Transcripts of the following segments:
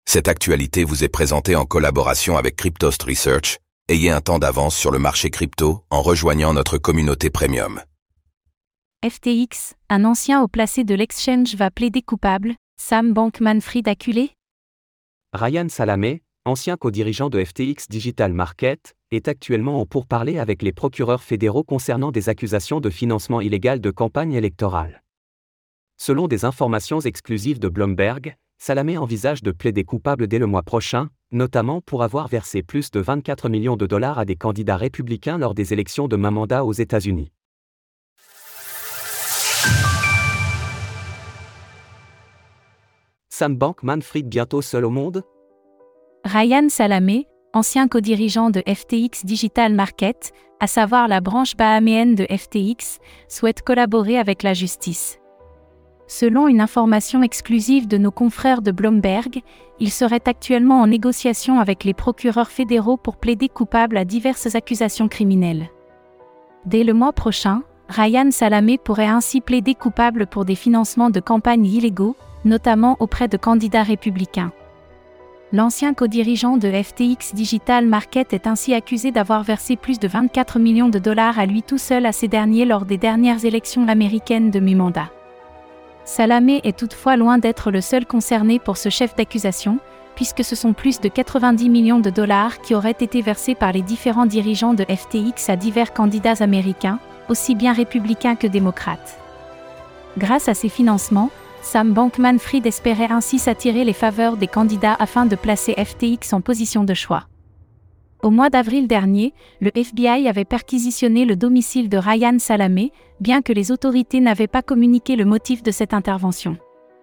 Cette actualité vous est présentée en collaboration avec Cryptost Research. Ayez un temps d'avance sur le marché crypto en rejoignant notre communauté premium. FTX, un ancien haut placé de l'exchange va plaider coupable, Sam Bankman-Fried acculé? Ryan Salamé, ancien co-dirigeant de FTX Digital Markets, est actuellement en pourparlers avec les procureurs fédéraux concernant des accusations de financement illégal de campagne électorale. Selon des informations exclusives de Bloomberg, Salamé envisage de plaider coupable dès le mois prochain, notamment pour avoir versé plus de 24 millions de dollars à des candidats républicains lors des élections de mi-mandat aux États-Unis. Sam Bankman-Fried bientôt seul au monde? Ryan Salamé, ancien co-dirigeant de FTX Digital Markets, à savoir la branche bahaméenne de FTX, souhaite collaborer avec la justice. Selon une information exclusive de nos confrères de Bloomberg, il serait actuellement en négociation avec les procureurs fédéraux pour plaider coupable à diverses accusations criminelles. Dès le mois prochain, Ryan Salamé pourrait ainsi plaider coupable pour des financements de campagnes illégaux, notamment auprès de candidats républicains. L'ancien co-dirigeant de FTX Digital Markets est ainsi accusé d'avoir versé plus de 24 millions de dollars à lui tout seul à ces derniers lors des dernières élections américaines de mi-mandat. Salamé est toutefois loin d'être le seul concerné pour ce chef d'accusation, puisque ce sont plus de 90 millions de dollars qui auraient été versés par les différents dirigeants de FTX à divers candidats américains, aussi bien républicains que démocrates. Grâce à ces financements, Sam Bankman-Fried espérait ainsi s'attirer les faveurs des candidats afin de placer FTX en position de choix. Au mois d'avril dernier, le FBI avait perquisitionné le domicile de Ryan Salamé, bien que les autorités n'avaient pas communiqué le motif de cette intervention.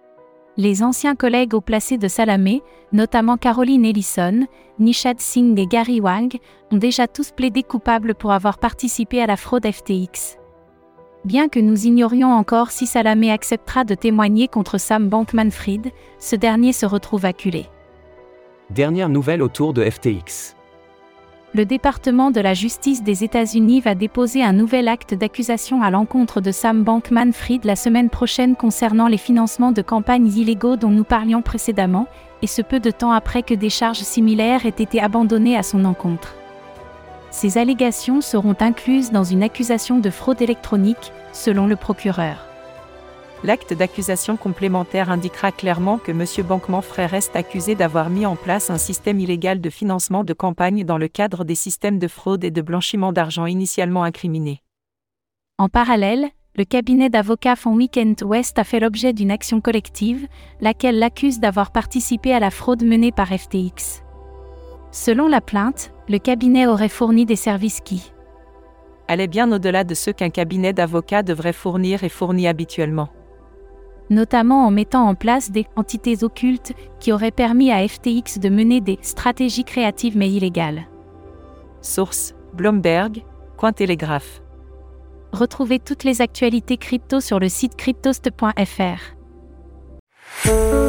Les anciens collègues haut placés de Salamé, notamment Caroline Ellison, Nishad Singh et Gary Wang, ont déjà tous plaidé coupables pour avoir participé à la fraude FTX. Bien que nous ignorions encore si Salamé acceptera de témoigner contre Sam Bankman-Fried, ce dernier se retrouve acculé. Dernière nouvelle autour de FTX. Le département de la justice des États-Unis va déposer un nouvel acte d'accusation à l'encontre de Sam Bankman-Fried la semaine prochaine concernant les financements de campagnes illégaux dont nous parlions précédemment, et ce peu de temps après que des charges similaires aient été abandonnées à son encontre. Ces allégations seront incluses dans une accusation de fraude électronique, selon le procureur. L'acte d'accusation complémentaire indiquera clairement que M. Bankman-Fried reste accusé d'avoir mis en place un système illégal de financement de campagne dans le cadre des systèmes de fraude et de blanchiment d'argent initialement incriminés. En parallèle, le cabinet d'avocats Von Weekend West a fait l'objet d'une action collective, laquelle l'accuse d'avoir participé à la fraude menée par FTX. Selon la plainte, le cabinet aurait fourni des services qui allaient bien au-delà de ceux qu'un cabinet d'avocats devrait fournir et fournit habituellement. Notamment en mettant en place des entités occultes qui auraient permis à FTX de mener des stratégies créatives mais illégales. Source: Bloomberg, Cointelegraph. Retrouvez toutes les actualités crypto sur le site cryptost.fr.